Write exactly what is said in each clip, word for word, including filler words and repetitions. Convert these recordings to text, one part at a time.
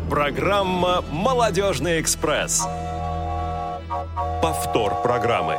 Программа «Молодежный экспресс». Повтор программы.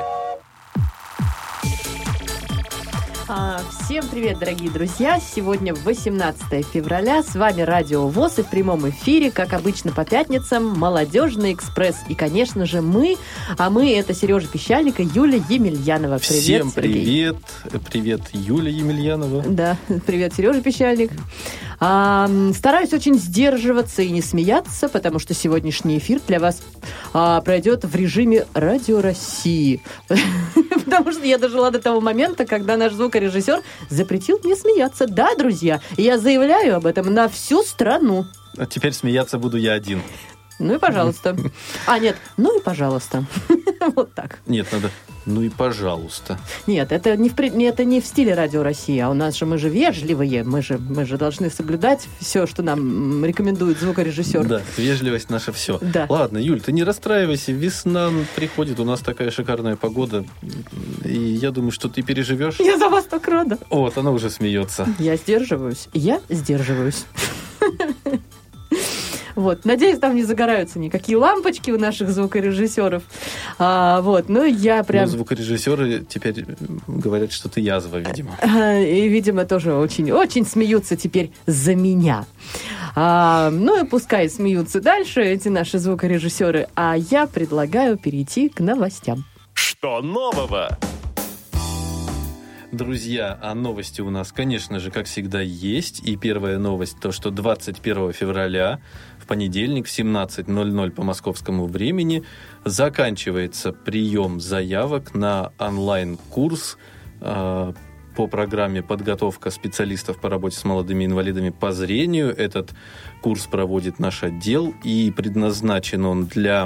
Всем привет, дорогие друзья! Сегодня восемнадцатое февраля. С вами Радио ВОС и в прямом эфире, как обычно по пятницам, «Молодежный экспресс». И, конечно же, мы, а мы это Сережа Пищальник и Юля Емельянова. Привет, Всем Сергей. привет! Привет, Юля Емельянова. Да, привет, Сережа Пищальник. А, стараюсь очень сдерживаться и не смеяться, потому что сегодняшний эфир для вас а, пройдет в режиме Радио России. Потому что я дожила до того момента, когда наш звукорежиссер запретил мне смеяться. Да, друзья, я заявляю об этом на всю страну. А теперь смеяться буду я один. Ну и пожалуйста. А, нет, ну и пожалуйста. Вот так. Нет, надо ну и пожалуйста. Нет, это не, в, это не в стиле Радио России, а у нас же мы же вежливые, мы же, мы же должны соблюдать все, что нам рекомендует звукорежиссер. Да, вежливость наша все. Да. Ладно, Юль, ты не расстраивайся, весна приходит, у нас такая шикарная погода, и я думаю, что ты переживешь. Я за вас так рада. Вот, она уже смеется. Я сдерживаюсь, я сдерживаюсь. Вот. Надеюсь, там не загораются никакие лампочки у наших звукорежиссеров. А, вот. Ну, я прям... Ну, звукорежиссеры теперь говорят, что ты язва, видимо. И, видимо, тоже очень, очень смеются теперь за меня. А, ну, и пускай смеются дальше эти наши звукорежиссеры, а я предлагаю перейти к новостям. Что нового? Друзья, а новости у нас, конечно же, как всегда, есть. И первая новость, то, что двадцать первого февраля, в понедельник, в семнадцать ноль ноль по московскому времени, заканчивается прием заявок на онлайн-курс э, по программе «Подготовка специалистов по работе с молодыми инвалидами по зрению». Этот курс проводит наш отдел, и предназначен он для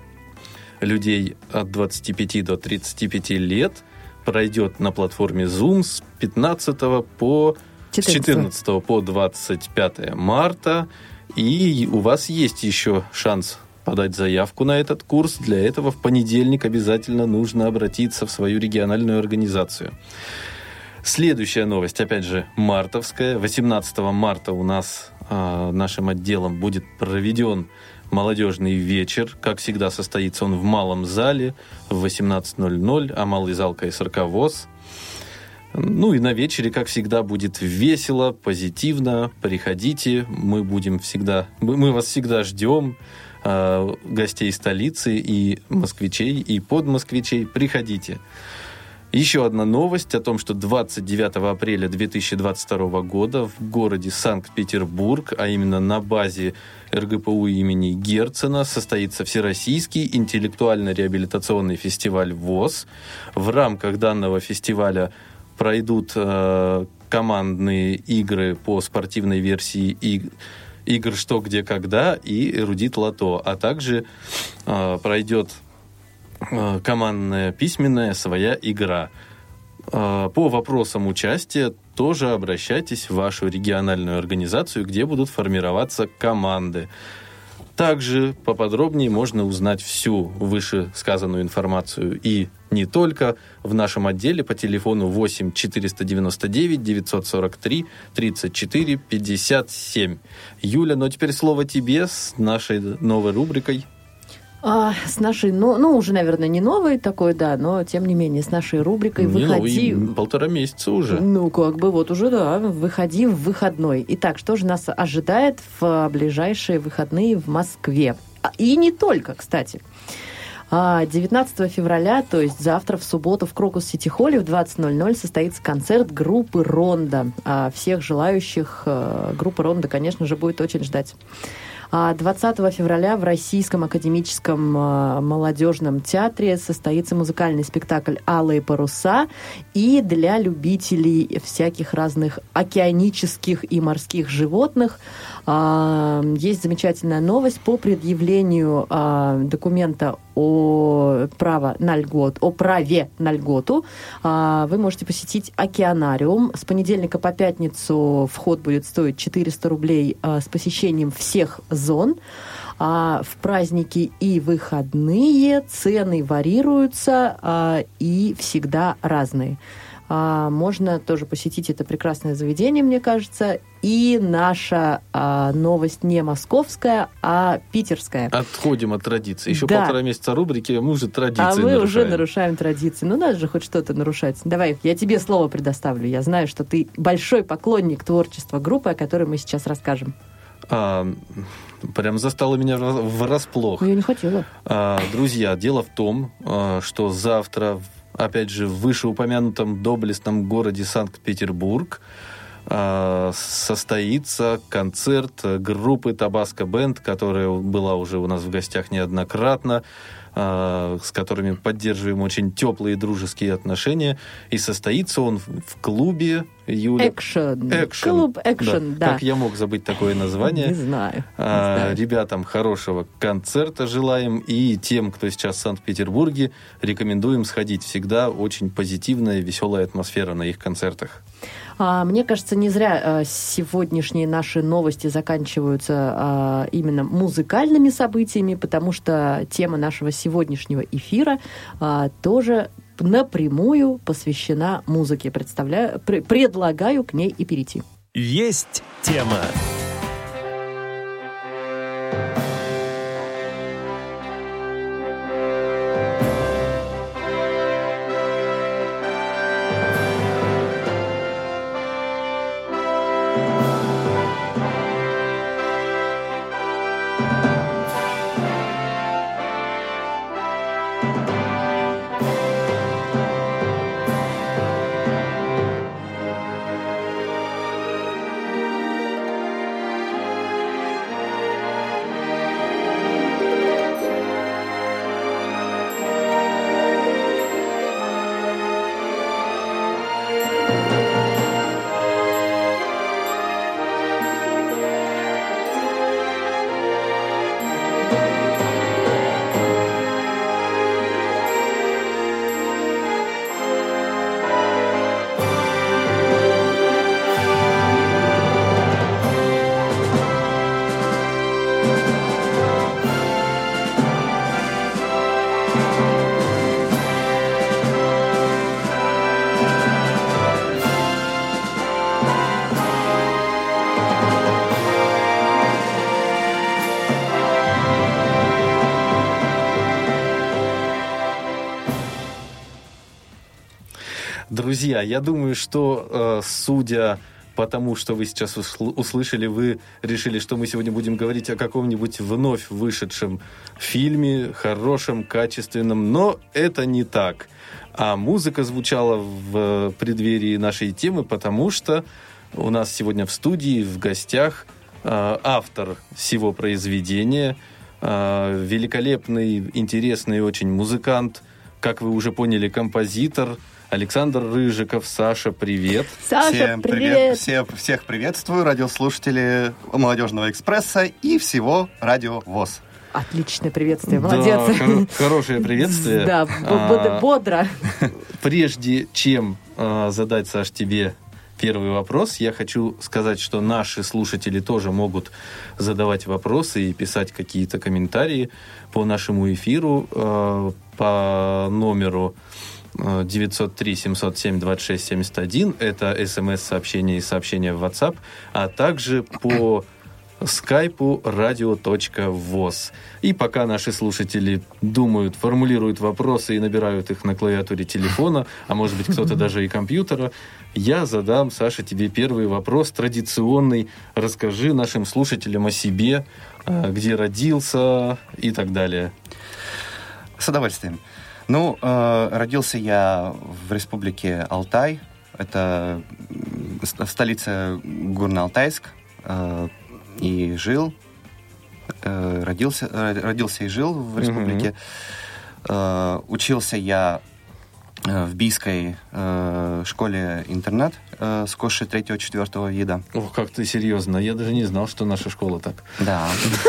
людей от двадцати пяти до тридцати пяти лет. Пройдет на платформе Zoom с пятнадцатого по с четырнадцатого по двадцать пятое марта. И у вас есть еще шанс подать заявку на этот курс. Для этого в понедельник обязательно нужно обратиться в свою региональную организацию. Следующая новость, опять же, мартовская. восемнадцатого марта у нас э, нашим отделом будет проведен молодежный вечер. Как всегда, состоится он в малом зале в восемнадцать ноль ноль, а малый зал ка эс эр ка ВОС. Ну и на вечере, как всегда, будет весело, позитивно. Приходите, мы будем всегда, мы вас всегда ждем, э, гостей столицы и москвичей, и подмосквичей. Приходите. Еще одна новость о том, что двадцать девятого апреля две тысячи двадцать второго года в городе Санкт-Петербург, а именно на базе эр гэ пэ у имени Герцена, состоится Всероссийский интеллектуально-реабилитационный фестиваль ВОС. В рамках данного фестиваля пройдут э, командные игры по спортивной версии иг- игр «Что, где, когда» и «Эрудит Лото», а также э, пройдет командная письменная своя игра. По вопросам участия тоже обращайтесь в вашу региональную организацию, где будут формироваться команды. Также поподробнее можно узнать всю вышесказанную информацию и не только в нашем отделе по телефону восемь четыреста девяносто девять девятьсот сорок три тридцать четыре пятьдесят семь. Юля, ну теперь слово тебе с нашей новой рубрикой. А, с нашей, ну, ну, уже, наверное, не новой такой, да, но, тем не менее, с нашей рубрикой не «Выходи». Новый, полтора месяца уже. Ну, как бы, вот уже, да, «Выходи в выходной». Итак, что же нас ожидает в ближайшие выходные в Москве? И не только, кстати. девятнадцатого февраля, то есть завтра, в субботу, в Крокус-Сити-Холле в двадцать ноль ноль состоится концерт группы «Рондо». Всех желающих группа «Рондо», конечно же, будет очень ждать. двадцатого февраля в Российском академическом молодежном театре состоится музыкальный спектакль «Алые паруса». И для любителей всяких разных океанических и морских животных есть замечательная новость. По предъявлению документа о, право на льгот, о праве на льготу вы можете посетить океанариум. С понедельника по пятницу вход будет стоить четыреста рублей с посещением всех зон. А в праздники и выходные цены варьируются а, и всегда разные. А, можно тоже посетить это прекрасное заведение, мне кажется. И наша а, новость не московская, а питерская. Отходим от традиции. Еще Да. полтора месяца рубрики, а мы уже традиции А мы нарушаем. уже нарушаем традиции. Ну, надо же хоть что-то нарушать. Давай, я тебе слово предоставлю. Я знаю, что ты большой поклонник творчества группы, о которой мы сейчас расскажем. А, прям застало меня врасплох. Ну, я не хотела. А, друзья, дело в том, а, что завтра, опять же, в вышеупомянутом доблестном городе Санкт-Петербург а, состоится концерт группы Tabasco Band, которая была уже у нас в гостях неоднократно, а, с которыми поддерживаем очень теплые дружеские отношения. И состоится он в, в клубе, Юля. Экшен. Экшен. Клуб Экшен, да. Как я мог забыть такое название? Не знаю. Не А, знаю. Ребятам хорошего концерта желаем, и тем, кто сейчас в Санкт-Петербурге, рекомендуем сходить. Всегда очень позитивная, веселая атмосфера на их концертах. А, Мне кажется, не зря а, сегодняшние наши новости заканчиваются а, именно музыкальными событиями, потому что тема нашего сегодняшнего эфира а, тоже напрямую посвящена музыке. Представляю, пр- предлагаю к ней и перейти. Есть тема. Друзья, я думаю, что, э, судя по тому, что вы сейчас усл- услышали, вы решили, что мы сегодня будем говорить о каком-нибудь вновь вышедшем фильме, хорошем, качественном, но это не так. А музыка звучала в преддверии нашей темы, потому что у нас сегодня в студии, в гостях, э, автор всего произведения, э, великолепный, интересный очень музыкант, как вы уже поняли, композитор Александр Рыжиков. Саша, привет. Саша, Всем привет! Все, всех приветствую, радиослушатели «Молодежного экспресса» и всего радио ВОС. Отличное приветствие, Да, молодец. хор- хорошее приветствие. Да, б- А, бод- бодро. Прежде чем а, задать, Саш, тебе первый вопрос, я хочу сказать, что наши слушатели тоже могут задавать вопросы и писать какие-то комментарии по нашему эфиру а, по номеру девятьсот три семьсот семь двадцать шесть семьдесят один. Это смс-сообщения и сообщения в WhatsApp, а также по скайпу радио.воз. И пока наши слушатели думают, формулируют вопросы и набирают их на клавиатуре телефона, а может быть кто-то даже и компьютера, я задам, Саша, тебе первый вопрос традиционный. Расскажи нашим слушателям о себе, где родился и так далее. С удовольствием. Ну, э, родился я в республике Алтай. Это м, столица Горно-Алтайск. Э, и жил, э, родился, э, родился и жил в республике. Э, учился я э, в Бийской э, школе-интернат э, с Коши третьего-четвертого вида. Ох, как ты серьезно. Я даже не знал, что наша школа так. Да.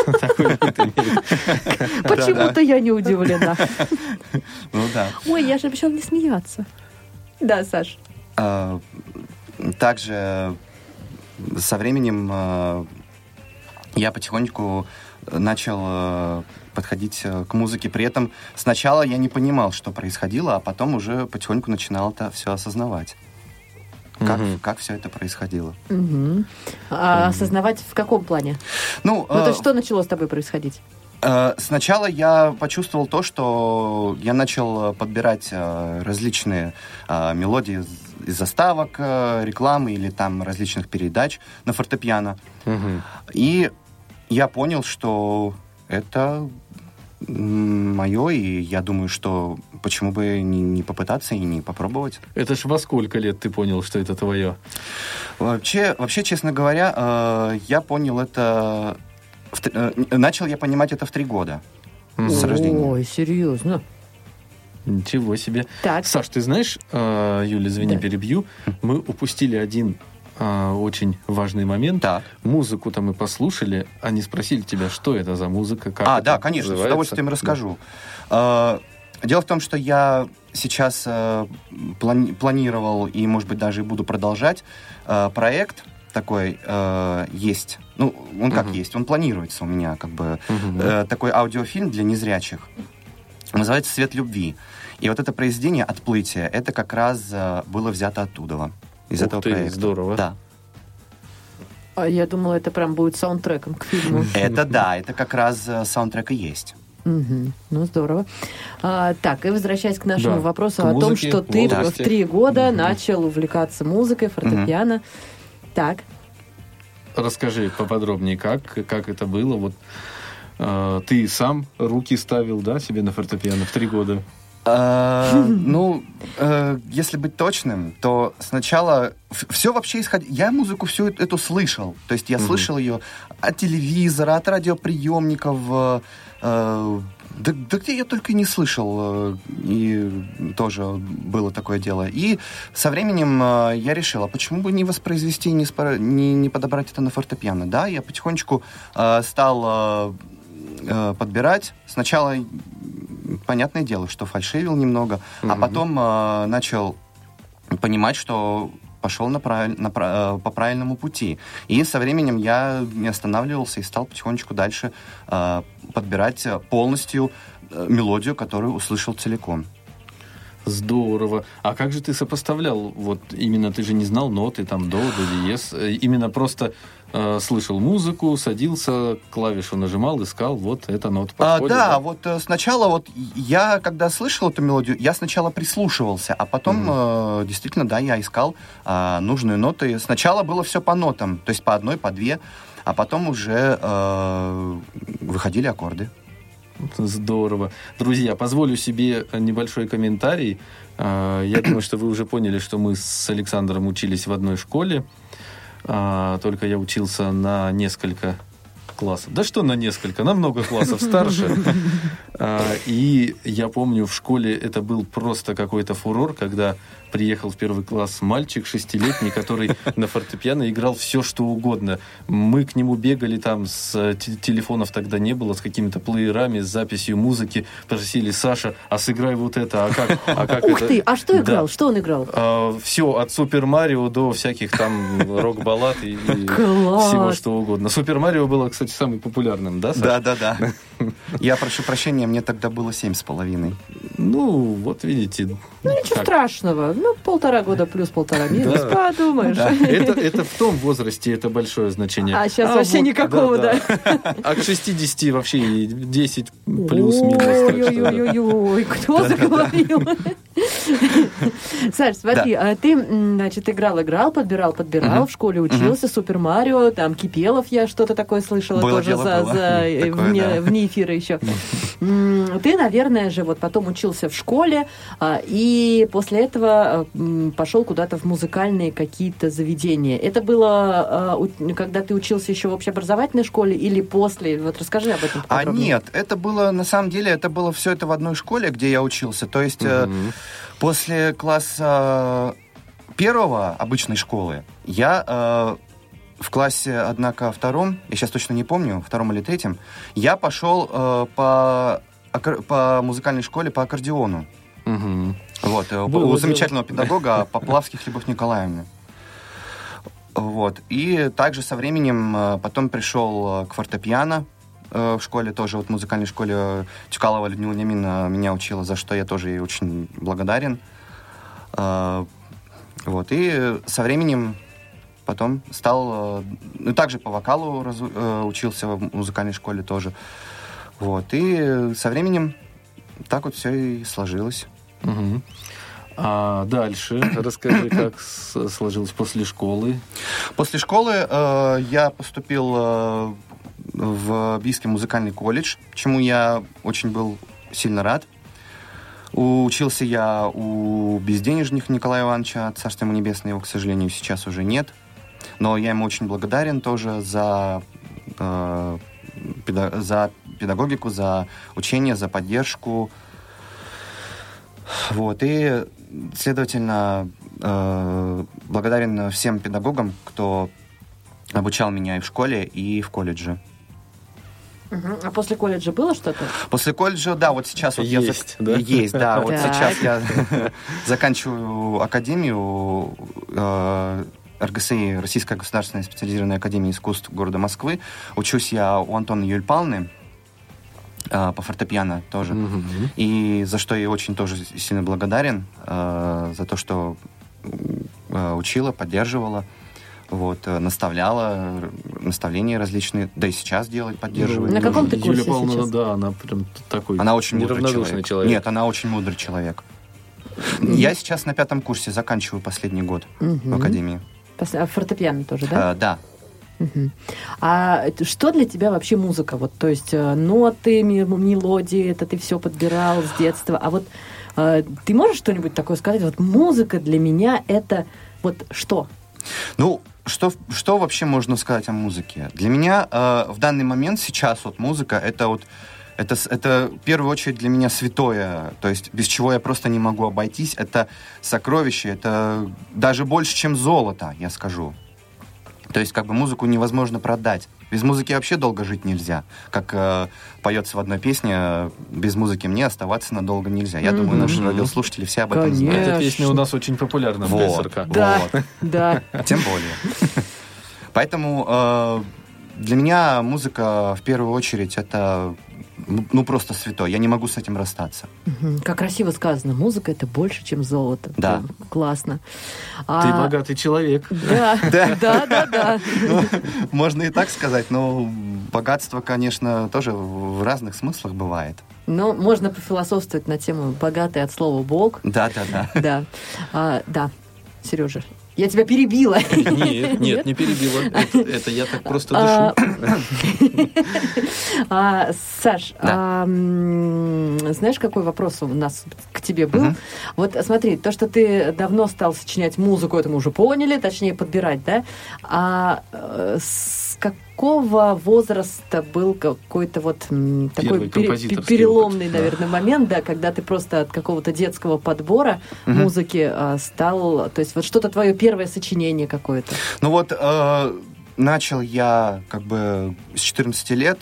Почему-то я не удивлена. Ну да. Ой, я же обещала не смеяться. Да, Саш. А, Также со временем а, я потихонечку начал а, подходить а, к музыке. При этом сначала я не понимал, что происходило, а потом уже потихоньку начинал это все осознавать. как, Мгм. как все это происходило. Мгм. А осознавать в каком плане? Ну, Ну, то э, есть что начало с тобой происходить? Э, Сначала я почувствовал то, что я начал подбирать э, различные э, мелодии из- из заставок, э, рекламы или там различных передач на фортепиано. Мгм. И я понял, что это мое, и я думаю, что почему бы не, не попытаться и не попробовать. Это ж во сколько лет ты понял, что это твое? Вообще, вообще честно говоря, э, я понял это... в т- э, начал я понимать это в три года. С рождения. Ой, серьезно. Ничего себе. Так. Саш, ты знаешь, э, Юля, извини, Да. перебью, мы упустили один э, очень важный момент. Так. Музыку-то мы послушали, они спросили тебя, что это за музыка, как А, это да, конечно, с называется. удовольствием расскажу. Э, Дело в том, что я сейчас э, плани- планировал и, может быть, даже и буду продолжать э, проект такой э, есть. Ну, он как Мгм. есть, он планируется у меня, как бы Мгм. э, такой аудиофильм для незрячих. Называется «Свет любви». И вот это произведение «Отплытие», это как раз э, было взято оттуда, из Ух этого ты, проекта. здорово. Да. А я думала, это прям будет саундтреком к фильму. Это да, это как раз э, саундтрек и есть. Мгм. Ну, здорово. А, так, и возвращаясь к нашему Да, вопросу к о том, музыке, что ты в возрасте. три года Мгм. начал увлекаться музыкой, фортепиано. Так, Расскажи поподробнее, как, как это было. Вот э, ты сам руки ставил, да, себе на фортепиано в три года? Э, Ну, э, если быть точным, то сначала все вообще исходило... Я музыку всю эт- эту слышал. То есть я Мгм. слышал ее от телевизора, от радиоприемников. э, э, Да, да где я только и не слышал. э, И тоже было такое дело. И со временем э, я решил, а почему бы не воспроизвести, не, спро- не, не подобрать это на фортепиано? Да, я потихонечку э, стал э, э, подбирать. Сначала, м, понятное дело, что фальшивил немного, а Мгм. потом э, начал понимать, что пошел на правиль- на пра- э, по правильному пути. И со временем я не останавливался и стал потихонечку дальше э, подбирать э, полностью э, мелодию, которую услышал целиком. Здорово. А как же ты сопоставлял? Вот именно ты же не знал ноты, там, до, до, диез. Э, Именно просто э, слышал музыку, садился, клавишу нажимал, искал, вот эта нота А, подходит. да, вот э, сначала вот я, когда слышал эту мелодию, я сначала прислушивался, а потом Мгм. э, действительно, да, я искал а, нужные ноты. Сначала было все по нотам, то есть по одной, по две, а потом уже э, выходили аккорды. Здорово. Друзья, позволю себе небольшой комментарий. А, Я думаю, что вы уже поняли, что мы с Александром учились в одной школе. А, Только я учился на несколько классов. Да что на несколько? На много классов старше. А, И я помню, в школе это был просто какой-то фурор, когда приехал в первый класс мальчик шестилетний, который на фортепиано играл все, что угодно. Мы к нему бегали, там с те- телефонов тогда не было, с какими-то плеерами, с записью музыки. Просили: Саша, а сыграй вот это, а как, а как ух это? ты, а что Да. играл? Что он играл? все, от Супер Марио до всяких там рок-баллад и, и Класс! всего, что угодно. Супер Марио было, кстати, самым популярным, да, Саша? Да, да, да. Я прошу прощения, мне тогда было семь с половиной. Ну, вот видите. Ну, ничего как. страшного. Ну, полтора года плюс полтора минус, Да. подумаешь. Это, это в том возрасте это большое значение. А щас вообще никакого, А к шестидесяти вообще и десять плюс-минус. так что да. Ой-ой-ой, кто заговорил? Саш, смотри, а ты, м, значит, играл, играл, подбирал, подбирал, Мгм. в школе учился, Супер Марио, там, Кипелов, я что-то такое слышала Было тоже дело, за, было. за, э, Такое, вне, да. вне эфира еще. М, Ты, наверное же, вот потом учился в школе, а, и после этого м, пошел куда-то в музыкальные какие-то заведения. Это было, а, у- когда ты учился еще в общеобразовательной школе или после? Вот расскажи об этом А поподробнее. нет, это было, на самом деле, это было все это в одной школе, где я учился. То есть э, Мгм. после класса первого обычной школы я э, в классе, однако, втором, я сейчас точно не помню, втором или третьем, я пошел э, по, аккор- по музыкальной школе по аккордеону. Мгм. Вот, э, Было у дело. замечательного педагога Поплавских Любовь Николаевны. Вот. И также со временем э, потом пришел э, к фортепиано э, в школе, тоже вот в музыкальной школе э, Тюкалова Людмила Вениаминовна меня учила, за что я тоже ей очень благодарен. Э, Вот, и со временем потом стал... Ну, также по вокалу разу, учился в музыкальной школе тоже. Вот, и со временем так вот все и сложилось. Угу. А дальше расскажи, как сложилось после школы. После школы э, я поступил э, в Бийский музыкальный колледж, чему я очень был сильно рад. Учился я у безденежных Николая Ивановича, царство ему небесное, его, к сожалению, сейчас уже нет. Но я ему очень благодарен тоже за, э, педа- за педагогику, за учение, за поддержку. Вот, и, следовательно, э, благодарен всем педагогам, кто обучал меня и в школе, и в колледже. Угу. А после колледжа было что-то? После колледжа, да, вот сейчас вот есть, я... да? Есть, да. Вот Так. сейчас я заканчиваю академию э, эр гэ эс и, Российская государственная специализированная академия искусств города Москвы. Учусь я у Антона Юлии Павловны э, по фортепиано тоже. Угу. И за что я очень тоже сильно благодарен, э, за то, что э, учила, поддерживала. Вот, наставляла, наставления различные, да и сейчас делает, поддерживает. На каком ты курсе Юлия Павловна, сейчас? да, она прям такой Она очень мудрый неравнодушный человек. человек. Нет, она очень мудрый человек. Я сейчас на пятом курсе заканчиваю последний год в академии. Пос- а фортепиано тоже, да? А, да. Мгм. А это что для тебя вообще музыка? Вот, то есть э, ноты, ми- мелодии, это ты все подбирал с детства. А вот э, ты можешь что-нибудь такое сказать? Вот музыка для меня это вот что? Ну, что, что вообще можно сказать о музыке? Для меня э, в данный момент сейчас вот музыка это вот это, с- это в первую очередь для меня святое, то есть без чего я просто не могу обойтись. Это сокровище, это даже больше, чем золото, я скажу. То есть как бы музыку невозможно продать. Без музыки вообще долго жить нельзя. Как э, поется в одной песне, без музыки мне оставаться надолго нельзя. Я думаю, наши радиослушатели все об этом Конечно. знают. Эта песня у нас очень популярна в Вот. ка эс эр ка. Да, Вот. да. Тем более. Поэтому э, для меня музыка в первую очередь это ну, ну, просто святое. Я не могу с этим расстаться. Мгм. Как красиво сказано, музыка это больше, чем золото. Да. Прям классно. Ты А, богатый человек. Да, да, да, да. Ну, можно и так сказать, но богатство, конечно, тоже в разных смыслах бывает. Ну, можно пофилософствовать на тему «богатый от слова Бог». Да, да, да. Да. А, да, Сережа, я тебя перебила. Нет, нет, не перебила. Это, это я так просто А, дышу. а, Саш, Да. а, м, знаешь, какой вопрос у нас к тебе был? Мгм. Вот смотри, то, что ты давно стал сочинять музыку, это мы уже поняли, точнее подбирать, да? А э, с какого возраста был какой-то вот м, такой Первый пере- композиторский переломный, опыт, да. наверное, момент, да, когда ты просто от какого-то детского подбора Мгм. музыки а, стал, то есть вот что-то твое первое сочинение какое-то? Ну вот, э, начал я как бы с четырнадцати лет,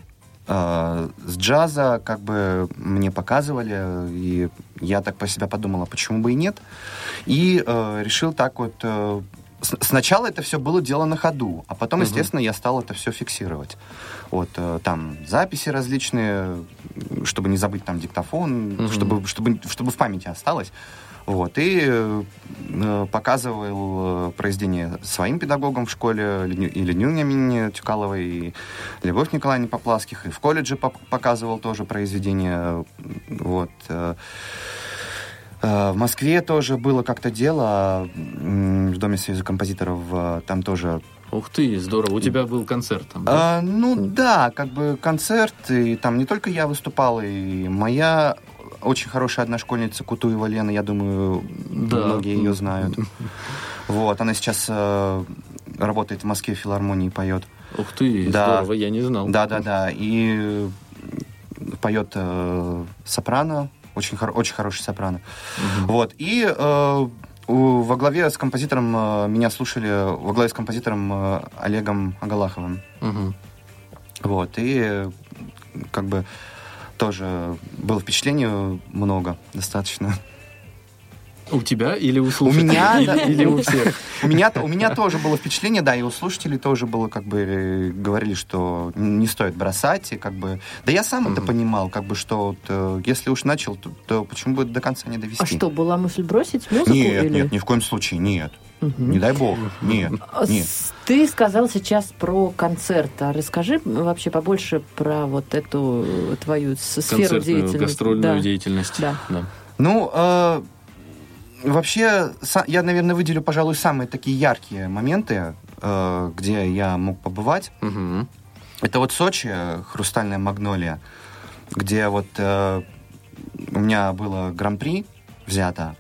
э, с джаза, как бы мне показывали, и я так про себя подумал, а почему бы и нет? И э, решил так вот... э, с- сначала это все было дело на ходу, а потом, Мгм. естественно, я стал это все фиксировать. Вот э, там записи различные, чтобы не забыть там диктофон, Мгм. чтобы, чтобы, чтобы в памяти осталось. Вот, и э, показывал э, произведения своим педагогам в школе, Людми- и Людмиле имени Тюкаловой, и Любовь Николаевне Поплавских, и в колледже поп- показывал тоже произведения. Вот. э. Э, В Москве тоже было как-то дело, м, в Доме союза композиторов, э, там тоже... Ух ты, здорово. У тебя был концерт там, да? А, ну да, как бы концерт, и там не только я выступал, и моя очень хорошая одна школьница Кутуева Лена, я думаю, Да. многие ее знают. Вот, она сейчас э, работает в Москве в филармонии, поет. Ух ты, Да. здорово, я не знал. Да-да-да, и поет э, сопрано, очень, хор- очень хороший сопрано. Мгм. Вот, и э, у- во главе с композитором, э, меня слушали, во главе с композитором э, Олегом Агалаховым. Мгм. Вот, и э, как бы тоже было впечатление много, достаточно. У тебя или у слушателей? У меня, или, да. или у всех? У меня, у меня тоже было впечатление, да, и у слушателей тоже было, как бы, говорили, что не стоит бросать, и как бы... Да я сам mm-hmm. это понимал, как бы, что вот, если уж начал, то, то почему бы до конца не довести? А что, была мысль бросить музыку? Нет, или... нет, ни в коем случае, нет. Угу. Не дай бог, нет, нет. Ты сказал сейчас про концерт. А расскажи вообще побольше про вот эту твою сферу деятельности. Гастрольную да. деятельность. Да. Да. Ну, э, вообще, я, наверное, выделю, пожалуй, самые такие яркие моменты, э, где я мог побывать. Угу. Это вот Сочи, «Хрустальная магнолия», где вот э, у меня было гран-при взято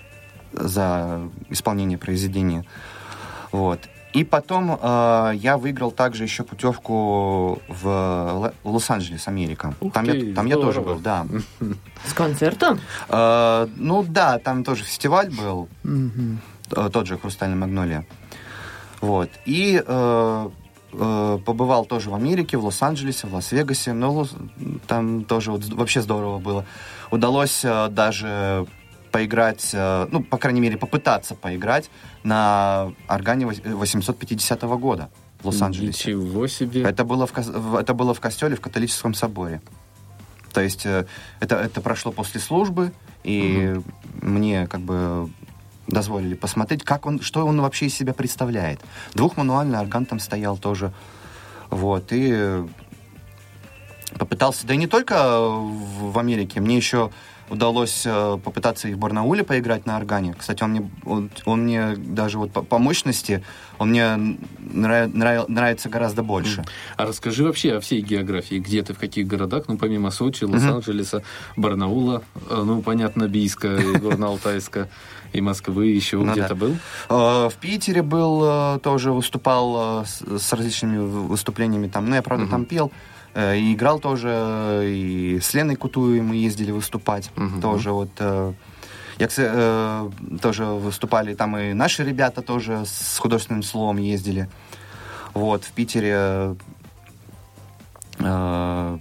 за исполнение произведения. Вот. И потом э, я выиграл также еще путевку в Л- Лос-Анджелес, Америка. Ух Там, ты, я, там я тоже был, да. С концертом? Э, ну да, там тоже фестиваль был, Угу. тот же «Хрустальная магнолия». Вот. И э, э, побывал тоже в Америке, в Лос-Анджелесе, в Лас-Вегасе. Ну, там тоже вот вообще здорово было. Удалось э, даже поиграть, ну, по крайней мере, попытаться поиграть на органе восемьсот пятидесятого года в Лос-Анджелесе. Ничего себе! Это было в, это было в костеле в католическом соборе. То есть это, это прошло после службы, и угу. мне как бы дозволили посмотреть, как он, что он вообще из себя представляет. Двухмануальный орган там стоял тоже. Вот, и попытался, да и не только в Америке, мне еще удалось э, попытаться и в Барнауле поиграть на органе. Кстати, он мне, он, он мне даже вот по, по мощности, он мне нрав, нрав, нравится гораздо больше. А расскажи вообще о всей географии. Где ты, в каких городах? Ну, помимо Сочи, Лос-Анджелеса, mm-hmm. Барнаула, ну, понятно, Бийска, Горно-Алтайска и Москвы. Еще ну, где-то да. был? Э, в Питере был, тоже выступал с, с различными выступлениями там. Ну, я, правда, mm-hmm. там пел. И играл тоже, и с Леной Кутуевой мы ездили выступать. Uh-huh. Тоже вот... Э, я, э, тоже выступали, там и наши ребята тоже с художественным словом ездили. Вот, в Питере. Э,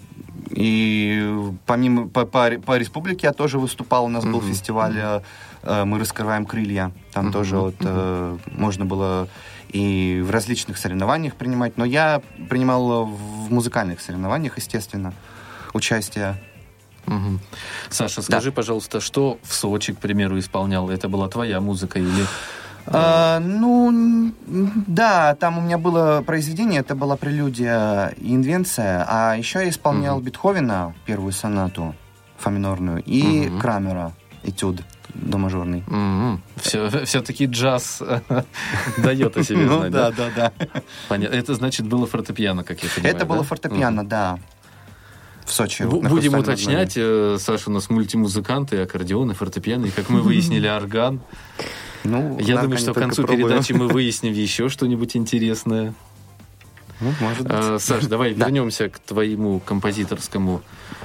и помимо... По, по, по республике я тоже выступал. У нас uh-huh. был фестиваль э, «Мы раскрываем крылья». Там uh-huh. тоже вот э, можно было... и в различных соревнованиях принимать. Но я принимал в музыкальных соревнованиях, естественно, участие. Угу. Саша, скажи, да. пожалуйста, что в Сочи, к примеру, исполнял? Это была твоя музыка или... А, ну, да, там у меня было произведение, это была прелюдия и инвенция, а еще я исполнял угу. Бетховена, первую сонату, фа минорную, и угу. Крамера, этюд. До мажорный. Mm-hmm. Все, все-таки джаз дает о себе знать. Ну да, да, да. Понятно. Это значит было фортепиано, как я понимаю. Это было фортепиано, да. В Сочи. Будем уточнять, Саша у нас мультимузыкант, и аккордеон, и фортепиано, и, как мы выяснили, орган. Ну, я думаю, что к концу передачи мы выясним еще что-нибудь интересное. Ну, может быть. Саш, давай вернемся к твоему композиторскому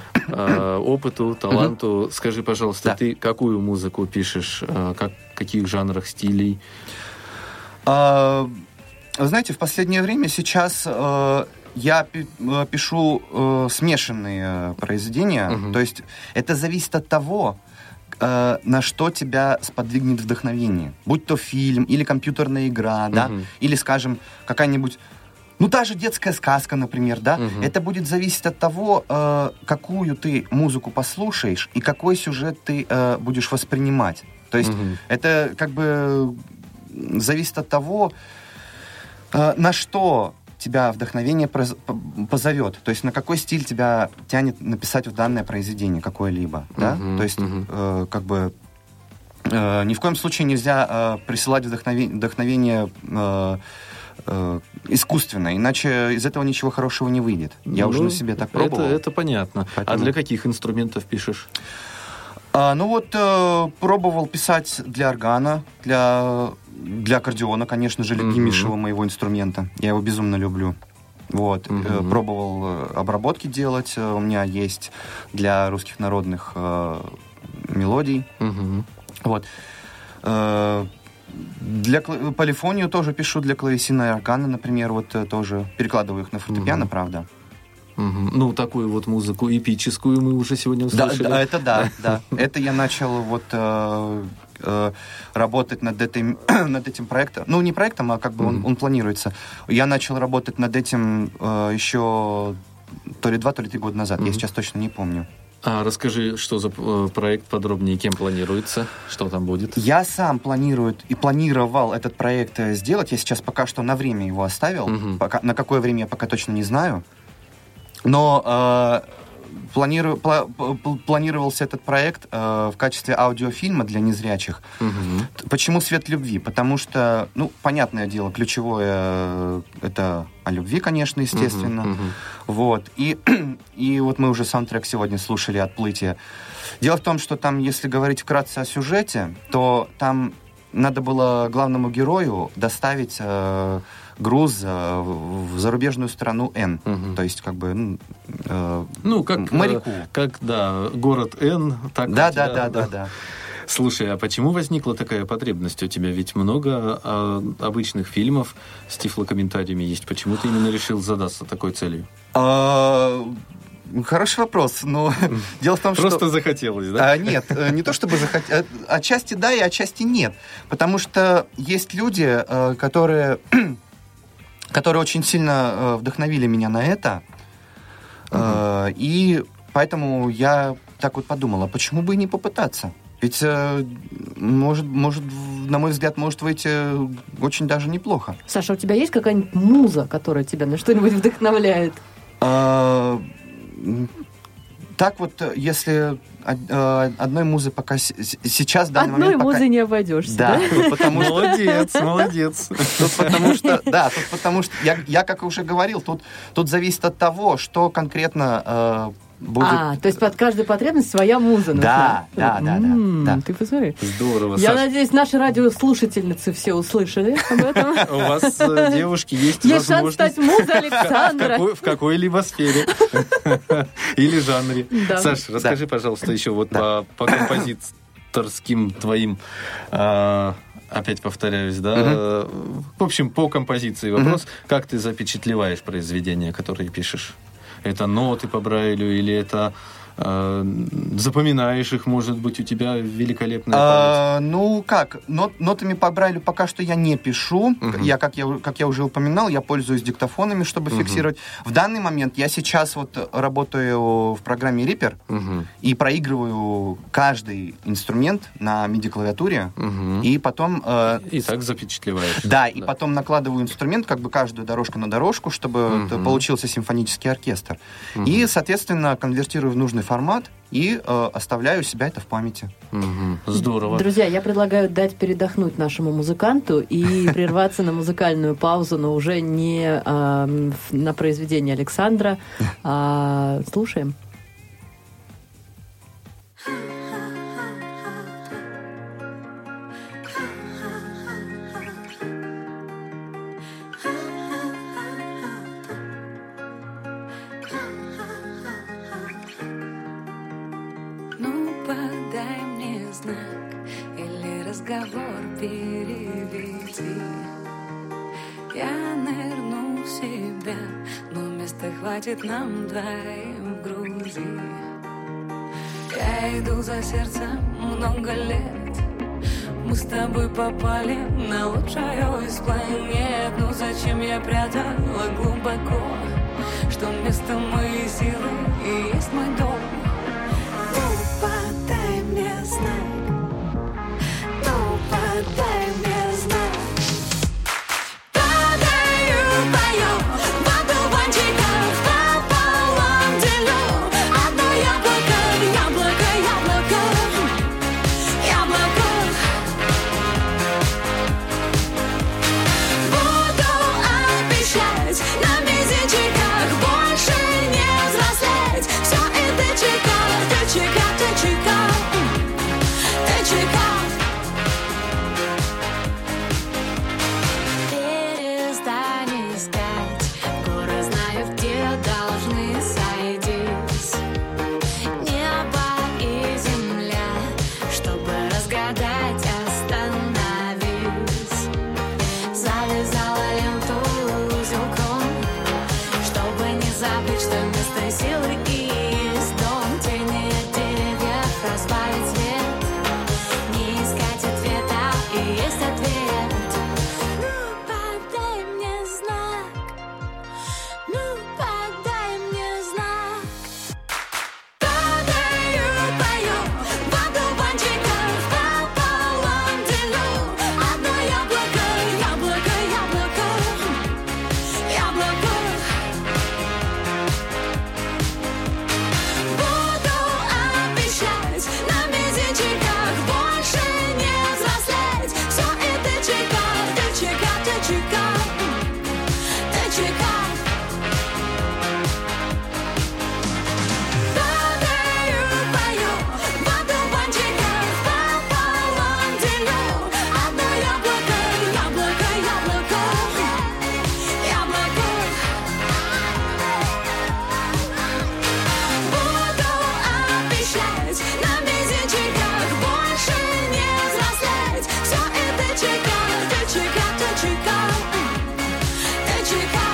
опыту, таланту. Скажи, пожалуйста, да. ты какую музыку пишешь? Как, в каких жанрах, стилей? А, знаете, в последнее время сейчас а, я пишу а, смешанные произведения. Uh-huh. То есть это зависит от того, а, на что тебя сподвигнет вдохновение. Будь то фильм или компьютерная игра, uh-huh. да? Или, скажем, какая-нибудь... Ну, та же детская сказка, например, да? Угу. Это будет зависеть от того, э, какую ты музыку послушаешь и какой сюжет ты э, будешь воспринимать. То есть угу. это как бы зависит от того, э, на что тебя вдохновение позовет. То есть на какой стиль тебя тянет написать в данное произведение какое-либо, угу. да? То есть угу. э, как бы э, ни в коем случае нельзя э, присылать вдохновение, вдохновение э, искусственно, иначе из этого ничего хорошего не выйдет. Я ну, уже на себе так пробовал. Это, это понятно. Поэтому... А для каких инструментов пишешь? А, ну вот э, пробовал писать для органа, для, для аккордеона, конечно же, любимейшего mm-hmm. моего инструмента. Я его безумно люблю. Вот. Mm-hmm. Э, пробовал обработки делать. У меня есть для русских народных э, мелодий. Mm-hmm. Вот. Э, Для кла- полифонию тоже пишу, для клавесина и органа, например, вот тоже перекладываю их на фортепиано, mm-hmm. правда. Угу. Ну, такую вот музыку эпическую мы уже сегодня услышали. Да, да, это да, да. Это я начал вот э, э, работать над этим, над этим проектом. Ну, не проектом, а как бы mm-hmm. он, он планируется. Я начал работать над этим э, еще то ли два, то ли три года назад. Mm-hmm. Я сейчас точно не помню. А расскажи, что за э, проект подробнее, кем планируется, что там будет? Я сам планирую и планировал этот проект сделать. Я сейчас пока что на время его оставил. Mm-hmm. Пока, на какое время я пока точно не знаю. Но э, планиру, пла, планировался этот проект э, в качестве аудиофильма для незрячих. Угу. Почему «Свет любви»? Потому что, ну, понятное дело, ключевое э, это о любви, конечно, естественно. Угу, угу. Вот. И, и вот мы уже саундтрек сегодня слушали «Отплытие». Дело в том, что там, если говорить вкратце о сюжете, то там надо было главному герою доставить... Э, груз э, в зарубежную страну Н, угу. то есть как бы ну, э, ну как моряку, э, как да город Н, так да, тебя, да, да, да, да. Слушай, а почему возникла такая потребность у тебя? Ведь много а, обычных фильмов с тифлокомментариями есть. Почему ты именно решил задаться такой целью? А... Хороший вопрос, но дело в том, Просто что... Просто захотелось, да? А, нет, не то чтобы захотелось. Отчасти да и отчасти нет. Потому что есть люди, которые, которые очень сильно вдохновили меня на это. Uh-huh. И поэтому я так вот подумал, а почему бы и не попытаться? Ведь, может, может, на мой взгляд, может выйти очень даже неплохо. Саша, у тебя есть какая-нибудь муза, которая тебя на что-нибудь вдохновляет? А... Так вот, если одной музы пока сейчас в данный Одной момент... музы пока... не обойдешься, да? да? Потому что... Молодец, молодец. Тут потому что, да, тут потому что, я, я как уже говорил, тут, тут зависит от того, что конкретно э, будет... А, то есть под каждую потребность своя муза нужна. Да, да, да, м-м, да, да. Ты посмотри. Здорово, Я Саш. надеюсь, наши радиослушательницы все услышали об этом. У вас, девушки, есть Есть шанс возможность... стать музой Александра. В какой-либо сфере. Или жанре. Да. Саш, расскажи, пожалуйста, еще вот по композиторским твоим... Опять повторяюсь, да? Uh-huh. В общем, по композиции вопрос. Uh-huh. Как ты запечатлеваешь произведения, которые пишешь? Это ноты по Брайлю или это э, запоминаешь их, может быть, у тебя великолепная а, память? Ну, как? Нот, нотами по Брайлю пока что я не пишу. Uh-huh. Я, как я, как я уже упоминал, я пользуюсь диктофонами, чтобы uh-huh. фиксировать. В данный момент я сейчас вот работаю в программе Reaper uh-huh. и проигрываю каждый инструмент на миди-клавиатуре, uh-huh. и потом... Э, и так запечатлеваешь. Да, да, и потом накладываю инструмент, как бы каждую дорожку на дорожку, чтобы uh-huh. получился симфонический оркестр. Uh-huh. И, соответственно, конвертирую в нужный формат и э, оставляю у себя это в памяти. Угу. Здорово. Друзья, я предлагаю дать передохнуть нашему музыканту и прерваться на музыкальную паузу, но уже не э, на произведение Александра. А слушаем. Разговор переведи. Я нырну в себя, но места хватит нам двоим в груди. Я иду за сердцем много лет. Мы с тобой попали на лучшую из планет. Ну зачем я прятала глубоко, что вместо моей силы и есть мой дом. Ну подай мне знак. Дай мне знак. Падаю, пою в одуванчиках, пополам делю одно яблоко, яблоко, яблоко, яблоко. Буду обещать на мизинчиках больше не взрослеть. Все это чека, ты чека, ты чека, ты чека. Что своей силы и есть дом. Тени от деревьев разбавить свет, не искать ответа, и есть ответ. Ну, подай мне знак, ну, подай мне знак. Падаю, пою, в одуванчиках пополам делю. Одно яблоко, яблоко, яблоко, яблоко. Буду обещать на мизинчиках больше не взрослеть. Все это чека, ты чека, ты чека, ты чека. Падаю, пою, в одуванчиках пополам делю. Одно яблоко, яблоко, яблоко, яблоко. Буду обещать на мизинчиках больше не взрослеть. Все это чека, ты чека, ты чека, ты чека.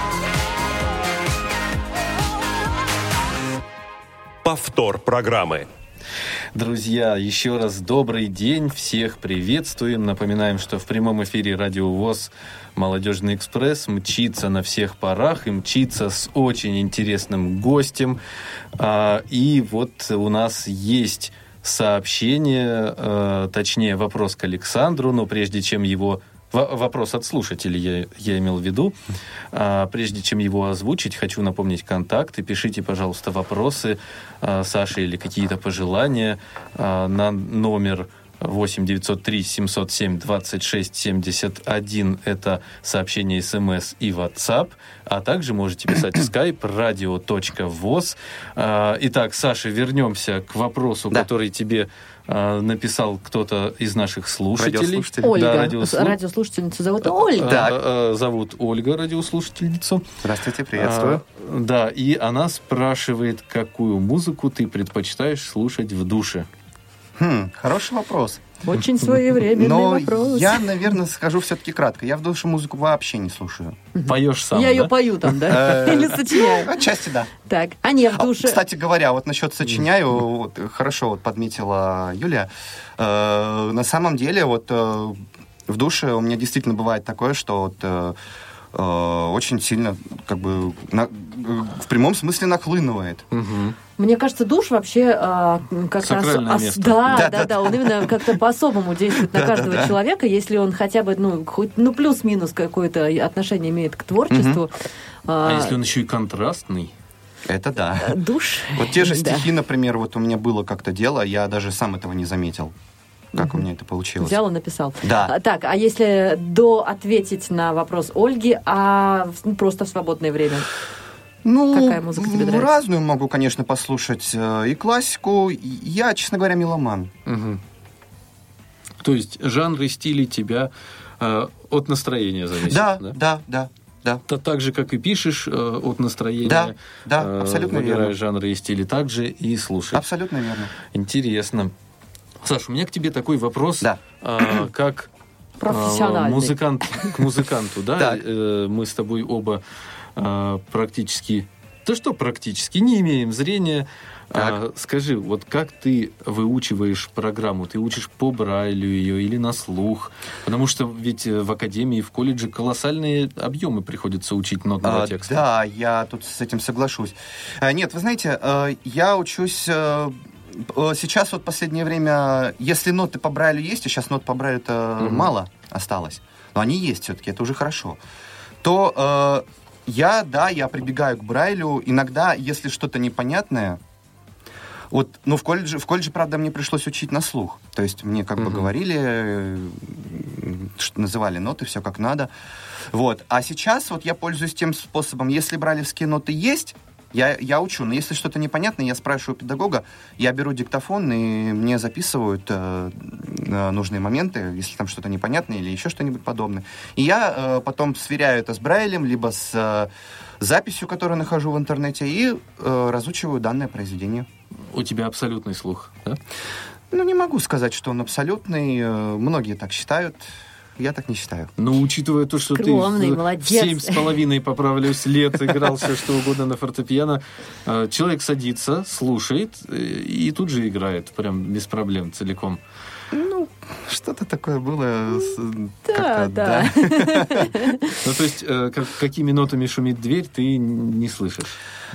Повтор программы. Друзья, еще раз добрый день, всех приветствуем. Напоминаем, что в прямом эфире Радио ВОС «Молодежный экспресс» мчится на всех парах и мчится с очень интересным гостем. А, и вот у нас есть сообщение, а, точнее вопрос к Александру, но прежде чем его... во- Вопрос от слушателей я, я имел в виду. А, прежде чем его озвучить, хочу напомнить контакты. Пишите, пожалуйста, вопросы а, Саше или какие-то пожелания а, на номер восемь девятьсот три семьсот семь двадцать шесть семьдесят один. Это сообщение СМС и WhatsApp. А также можете писать в Skype radio.voz. А, Итак, Саша, вернемся к вопросу, Да. который тебе а, написал кто-то из наших слушателей. Радиослушатель. Ольга, Да, радиослу- радиослушательницу зовут Ольга. Да. А, а, Зовут Ольга, радиослушательницу. Здравствуйте, приветствую. А, Да, и она спрашивает, какую музыку ты предпочитаешь слушать в душе? Хм, хороший вопрос. Очень своевременный Но вопрос. я, наверное, скажу все-таки кратко. Я в душе музыку вообще не слушаю. Поешь сам, Я да? ее пою там, да? Э, Или сочиняю. Отчасти да. Так, а не в А, душе. Кстати говоря, вот насчет сочиняю, вот, хорошо вот подметила Юлия. Э, на самом деле, вот э, в душе у меня действительно бывает такое, что вот, э, э, очень сильно, как бы, на- в прямом смысле нахлынывает. Мгм. Мне кажется, душ вообще а, как-то... ос- Сакральное ос- место. Да, Да, да, да, да, он именно как-то по-особому действует на Да, да, каждого да. человека, если он хотя бы, ну, хоть, ну, плюс-минус какое-то отношение имеет к творчеству. А А, если он еще и контрастный? Это да. Душ. Вот те же Да. стихи, например, вот у меня было как-то дело, я даже сам этого не заметил, как у меня это получилось. Взял и написал. Да. А, Так, а если до ответить на вопрос Ольги, а в- ну, просто в свободное время? Ну, Какая музыка тебе нравится? разную могу, конечно, послушать. э, И классику. И Я, честно говоря, меломан. Мгм. То есть жанры, стили тебя э, от настроения зависят? Да, да? да, да, да. То так же, как и пишешь, э, от настроения. Да, да, э, абсолютно выбираешь верно. жанры и стили, так же и слушаешь. Абсолютно верно. Интересно. Саш, у меня к тебе такой вопрос, Да. а, как а, Профессиональный. музыкант к музыканту, да? Так. Э, Мы с тобой оба а, практически, да что практически, не имеем зрения. А, Скажи, вот как ты выучиваешь программу? Ты учишь по Брайлю ее или на слух? Потому что ведь в академии, в колледже колоссальные объемы приходится учить нотного А, текста. Да, я тут с этим соглашусь. А, Нет, вы знаете, э, я учусь... э, э, Сейчас вот последнее время, если ноты по Брайлю есть, и сейчас нот по Брайлю-то Мгм. мало осталось, но они есть все-таки, это уже хорошо, то э, я, да, я прибегаю к Брайлю. Иногда, если что-то непонятное, вот, ну, в колледже, в колледже, правда, мне пришлось учить на слух. То есть мне как бы Мгм. говорили, э, что называли ноты, все как надо. Вот. А сейчас вот я пользуюсь тем способом, если брайлевские ноты есть, я, я учу, но если что-то непонятно, я спрашиваю педагога, я беру диктофон, и мне записывают э, э, нужные моменты, если там что-то непонятное или еще что-нибудь подобное. И я э, потом сверяю это с Брайлем, либо с э, записью, которую нахожу в интернете, и э, разучиваю данное произведение. У тебя абсолютный слух, да? Ну, не могу сказать, что он абсолютный. э, Многие так считают. я так не считаю. Но учитывая то, что Скромный, ты в молодец. семь с половиной, поправляюсь, лет играл все что угодно на фортепиано, человек садится, слушает и тут же играет, прям без проблем, целиком. Ну, что-то такое было. Да, да. Ну, то есть, какими нотами шумит дверь, ты не слышишь?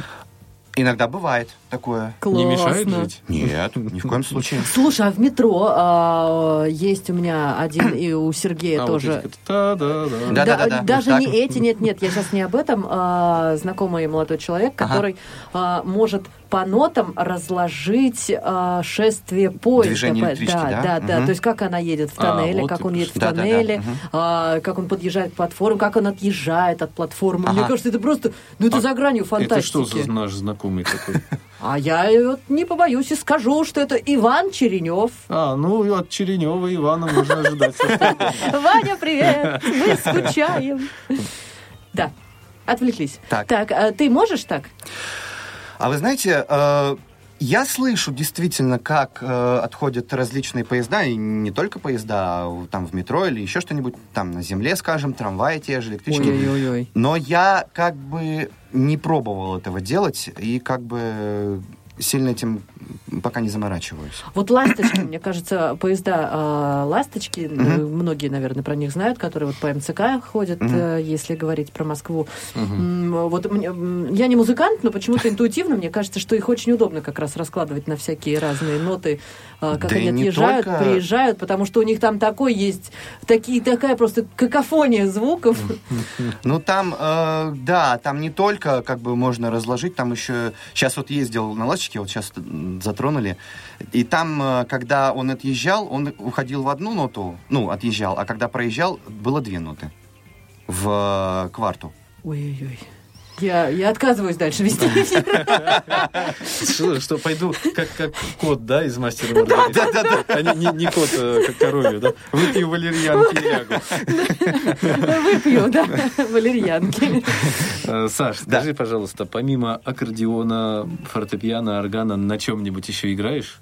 Иногда бывает такое. Классно. Не мешает жить? Нет, ни в коем случае. Слушай, а в метро а, есть у меня один, и у Сергея А, тоже. вот эти, да-да-да. Да, да, да, да. Даже Так. не эти, нет, нет, я сейчас не об этом. А, знакомый молодой человек, который а, может по нотам разложить а, шествие поезда. Движение электрички, да, да? да, да. Мгм. То есть как она едет в А, тоннеле, вот как ты он едет в Да, да, да. тоннеле, Мгм. а, как он подъезжает к платформе, как он отъезжает от платформы. Мне Ага. кажется, это просто, ну это А за гранью фантастики. Это что за наш знакомый такой? А я вот не побоюсь и скажу, что это Иван Черенев. А, ну, от Черенева Ивана можно ожидать. Ваня, привет! Мы скучаем. Да, отвлеклись. Так. Так, а ты можешь так? А вы знаете, э, я слышу действительно, как э, отходят различные поезда, и не только поезда, а там в метро или еще что-нибудь, там на земле, скажем, трамваи те же, электрички. Ой-ой-ой. Но я как бы не пробовал этого делать, и как бы сильно этим пока не заморачиваюсь. Вот «Ласточки», мне кажется, поезда э, «Ласточки», Мгм. э, многие, наверное, про них знают, которые вот по эм цэ ка ходят, Мгм. э, если говорить про Москву. М, Вот мне- м, я не музыкант, но почему-то интуитивно мне кажется, что их очень удобно как раз раскладывать на всякие разные ноты, э, как Да и они не отъезжают, только- приезжают, потому что у них там такой есть, такие, такая просто какофония звуков. Ну, там, э, да, там не только как бы можно разложить, там еще... Сейчас вот ездил на «Ласточке», вот сейчас затронули, и там, э, когда он отъезжал, он уходил в одну ноту, ну, отъезжал, а когда проезжал, было две ноты в э, кварту. Ой-ой-ой. Я, я отказываюсь дальше вести эфир. Что, что, пойду как, как кот, да, из «Мастера и Маргариты»? Да, да, да. А не, не, не кот, а как коровью, да? Выпью валерьянки и лягу. Выпью, да, валерьянки. Э, Саш, скажи, пожалуйста, помимо аккордеона, фортепиано, органа, на чем-нибудь еще играешь?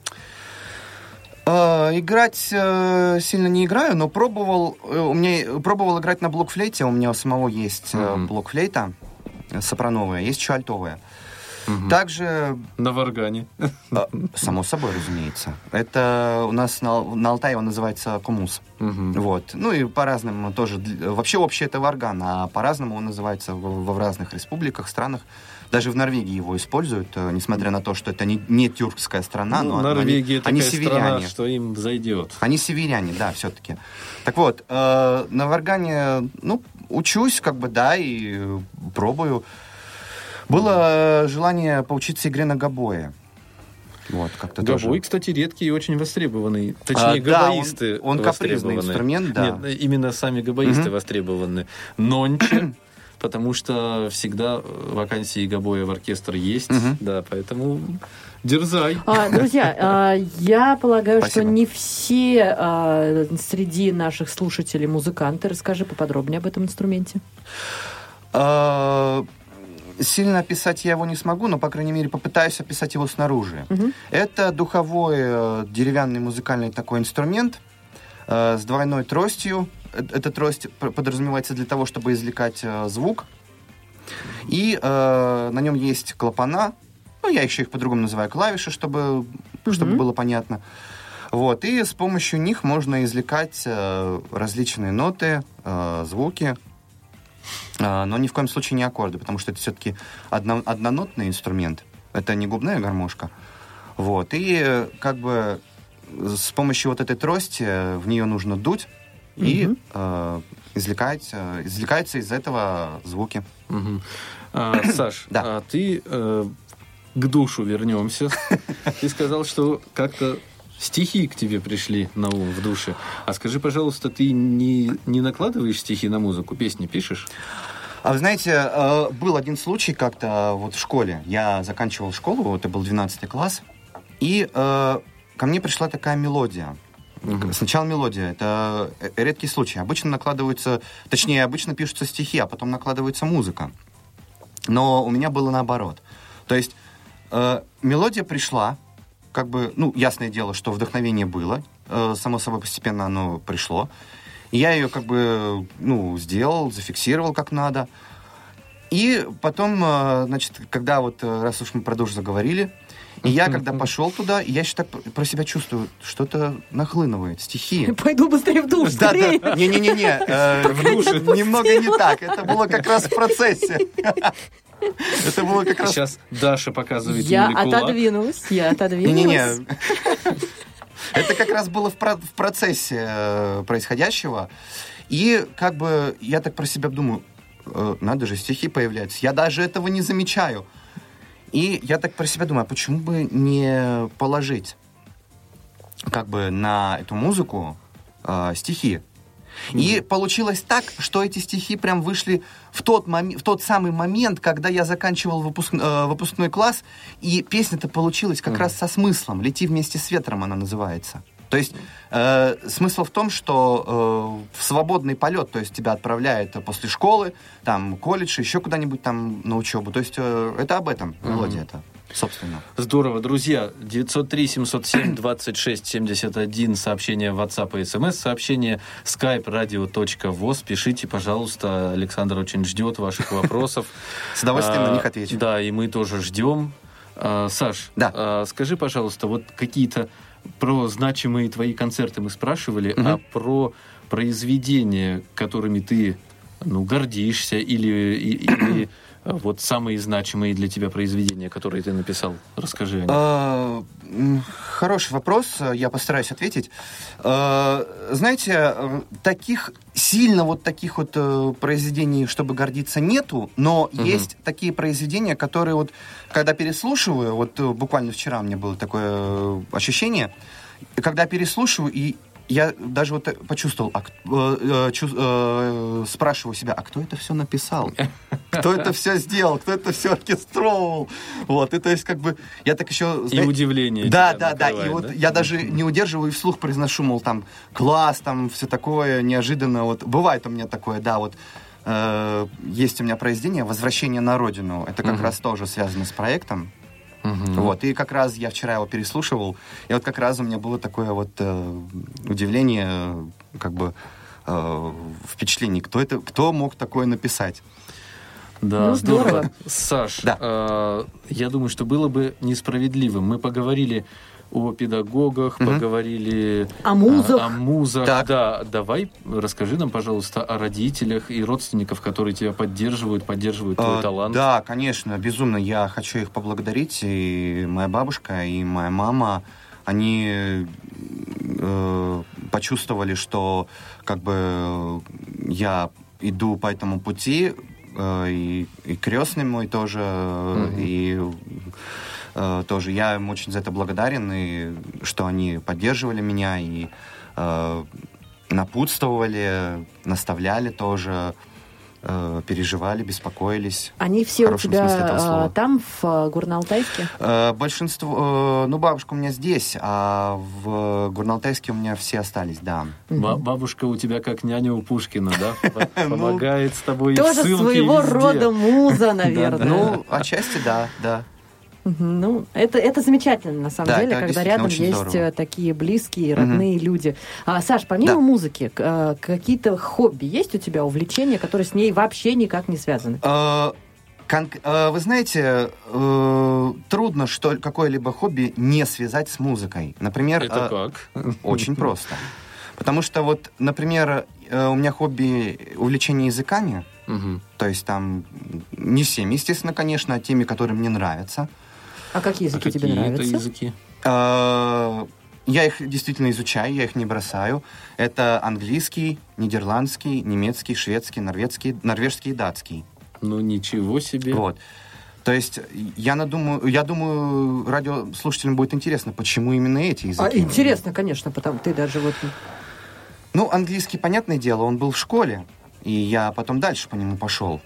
Э, играть э, сильно не играю, но пробовал, э, у меня пробовал играть на блокфлейте, у меня у самого есть э, Мгм. блокфлейта э, сопрановая, есть еще альтовая. Мгм. Также, На варгане. э, само собой, разумеется, это у нас на, на Алтае он называется комус. Мгм. Вот. Ну и по-разному тоже. Дл- Вообще общий это варган, а по-разному он называется в, в разных республиках, странах. Даже в Норвегии его используют, э, несмотря на то, что это не, не тюркская страна, Ну, но Норвегия они, они такая страна, северяне. что им зайдет. Они северяне, да, все-таки. Так вот, э, на варгане, ну, учусь, как бы, да, и э, пробую. Было э, желание поучиться игре на гобое. Вот, как-то Гобой, тоже. кстати, редкий и очень востребованный. А, Точнее, да, гобоисты он- он капризный востребованы. инструмент, да. Нет, именно сами гобоисты Мгм. востребованы. Нонче, потому что всегда вакансии гобоя в оркестр есть. Мгм. Да, поэтому дерзай. А, друзья, а, я полагаю, что Спасибо. не все а, среди наших слушателей музыканты. Расскажи поподробнее об этом инструменте. Э, Сильно описать я его не смогу, но, по крайней мере, попытаюсь описать его снаружи. Мгм. Это духовой э, деревянный музыкальный такой инструмент э, с двойной тростью. Э, Эта трость п- подразумевается для того, чтобы извлекать э, звук. И э, на нем есть клапана. Ну, я еще их по-другому называю клавиши, чтобы, чтобы Мгм. было понятно. Вот. И с помощью них можно извлекать э, различные ноты, э, звуки. А, но ни в коем случае не аккорды, потому что это все-таки одно- однонотный инструмент. Это не губная гармошка. Вот. И э, как бы с помощью вот этой трости э, в нее нужно дуть, и Мгм. э, извлекать, э, извлекаются из этого звуки. Мгм. А, Саш, Да. а ты э, к душу вернемся. Ты сказал, что как-то стихи к тебе пришли на ум в душе. А скажи, пожалуйста, ты не, не накладываешь стихи на музыку, песни пишешь? А вы знаете, э, был один случай как-то вот в школе. Я заканчивал школу, это был двенадцатый класс, и э, ко мне пришла такая мелодия. Мгм. Сначала мелодия. Это э, редкий случай. Обычно накладываются, точнее, обычно пишутся стихи, а потом накладывается музыка. Но у меня было наоборот. То есть э, мелодия пришла, как бы, ну, ясное дело, что вдохновение было, э, само собой постепенно оно пришло. Я ее как бы, ну, сделал, зафиксировал как надо. И потом, значит, когда вот, раз уж мы про душ заговорили, и я, когда пошел туда, я еще так про себя чувствую, что-то нахлынывает, стихи. Пойду быстрее в душ, Да, скорее. да. Не-не-не, в душе немного не так. Это было как раз в процессе. Это было как раз... Сейчас Даша показывает Я Юле кулак. отодвинулась, я отодвинулась. Не-не-не. Это как раз было в, про- в процессе э, происходящего. И как бы я так про себя думаю, э, надо же, стихи появляются. Я даже этого не замечаю. И я так про себя думаю, а почему бы не положить как бы на эту музыку э, стихи? Mm-hmm. И получилось так, что эти стихи прям вышли в тот, мом- в тот самый момент, когда я заканчивал выпуск- э, выпускной класс, и песня-то получилась как mm-hmm. раз со смыслом. «Лети вместе с ветром» она называется. То есть э, смысл в том, что э, в свободный полет, то есть тебя отправляют после школы, там, колледж, еще куда-нибудь там на учебу. То есть э, это об этом мелодия это. Собственно. Здорово, друзья. девятьсот три семьсот семь двадцать шесть семьдесят один, сообщение в WhatsApp и смс, сообщение skype radio точка voz. Пишите, пожалуйста. Александр очень ждет ваших вопросов. С удовольствием на них отвечу. Да, и мы тоже ждем. Саш, скажи, пожалуйста, вот какие-то про значимые твои концерты мы спрашивали, а про произведения, которыми ты, ну, гордишься, или... или вот самые значимые для тебя произведения, которые ты написал. Расскажи о них. Хороший вопрос, я постараюсь ответить. Знаете, таких сильно вот таких вот произведений, чтобы гордиться, нету, но угу. есть такие произведения, которые вот, когда переслушиваю, вот буквально вчера у меня было такое ощущение, когда переслушиваю, и я даже вот почувствовал, а, э, чу, э, спрашиваю себя, а кто это все написал? Кто это все сделал? Кто это все оркестровал? Вот, и то есть как бы я так еще... И знаете, удивление. Да, да, да, и вот да? я даже не удерживаю и вслух произношу, мол, там, класс, там, все такое, неожиданно, вот, бывает у меня такое, да, вот, э, есть у меня произведение «Возвращение на родину», это как угу. раз тоже связано с проектом. Uh-huh. Вот, и как раз я вчера его переслушивал, и вот как раз у меня было такое вот э, удивление, как бы э, впечатление, кто это, кто мог такое написать. Да, ну, здорово. здорово. Саш, да. э, я думаю, что было бы несправедливым. Мы поговорили о педагогах, mm-hmm. поговорили о музах. О, о музах. Так. Да, давай расскажи нам, пожалуйста, о родителях и родственниках, которые тебя поддерживают, поддерживают твой а, талант. Да, конечно, безумно. Я хочу их поблагодарить. И моя бабушка, и моя мама, они э, почувствовали, что как бы я иду по этому пути, э, и, и крестный мой тоже, mm-hmm. и тоже я им очень за это благодарен, и что они поддерживали меня и э, напутствовали, наставляли тоже, э, переживали, беспокоились. Они все у тебя там, в Горно-Алтайске? Э, большинство... Э, ну, бабушка у меня здесь, а в Горно-Алтайске у меня все остались, да. Угу. Бабушка у тебя как няня у Пушкина, да? Помогает с тобой и в ссылке, тоже своего рода муза, наверное. Ну, отчасти да, да. Ну, это, это замечательно, на самом да, деле, когда рядом есть здорово. Такие близкие, родные mm-hmm. люди. А, Саш, помимо да. музыки, какие-то хобби есть у тебя, увлечения, которые с ней вообще никак не связаны? Uh, кон- uh, вы знаете, uh, трудно что какое-либо хобби не связать с музыкой. Например... Это uh, как? Очень просто. Потому что вот, например, uh, у меня хобби увлечение языками, uh-huh. то есть там не всеми, естественно, конечно, а теми, которые мне нравятся. А какие языки а тебе какие нравятся? Это языки? Я их действительно изучаю, я их не бросаю. Это английский, нидерландский, немецкий, шведский, норвежский, норвежский и датский. Ну, ничего себе. Вот. То есть я, надумаю, я думаю, радиослушателям будет интересно, почему именно эти языки. А, интересно, конечно, потому ты даже вот... Ну, английский, понятное дело, он был в школе, и я потом дальше по нему пошел.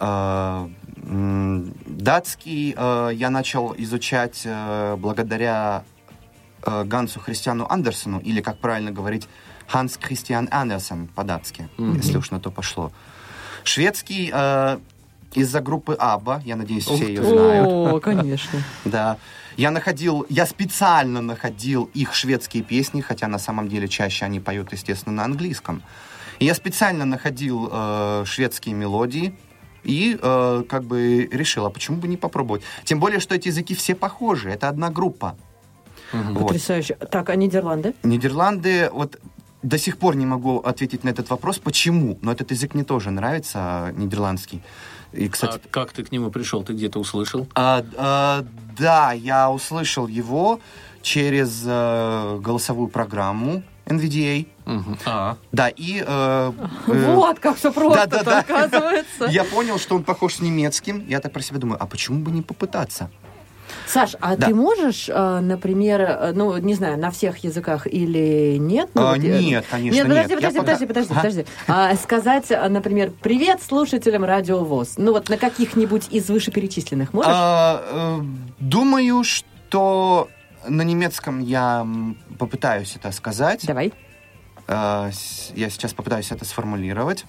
Датский э, я начал изучать э, благодаря э, Гансу Христиану Андерсену, или, как правильно говорить, Ханс Христиан Андерсен по-датски, mm-hmm. если уж на то пошло. Шведский э, из-за группы Абба, я надеюсь, все ее знают. О, конечно. Да. Я находил, я специально находил их шведские песни, хотя на самом деле чаще они поют, естественно, на английском. И я специально находил э, шведские мелодии и э, как бы решил, а почему бы не попробовать? Тем более, что эти языки все похожи, это одна группа. Угу. Вот. Потрясающе. Так, а Нидерланды? Нидерланды, вот до сих пор не могу ответить на этот вопрос, почему, но этот язык мне тоже нравится, нидерландский. И, кстати, а как ты к нему пришел? Ты где-то услышал? А, а, да, я услышал его через э, голосовую программу эн ви ди эй. Угу. А. Да, и... Э, э, вот как все просто, да, да, да. Оказывается. Я понял, что он похож с немецким. Я так про себя думаю, а почему бы не попытаться? Саш, а да. ты можешь, например, ну, не знаю, на всех языках или нет? Ну, а, вот, нет, конечно, нет. Подожди, нет. подожди, пока... подожди, подожди, подожди. А, сказать, например, привет слушателям Радио ВОС. Ну, вот на каких-нибудь из вышеперечисленных можешь? А, э, думаю, что на немецком я попытаюсь это сказать. Давай. А, я сейчас попытаюсь это сформулировать.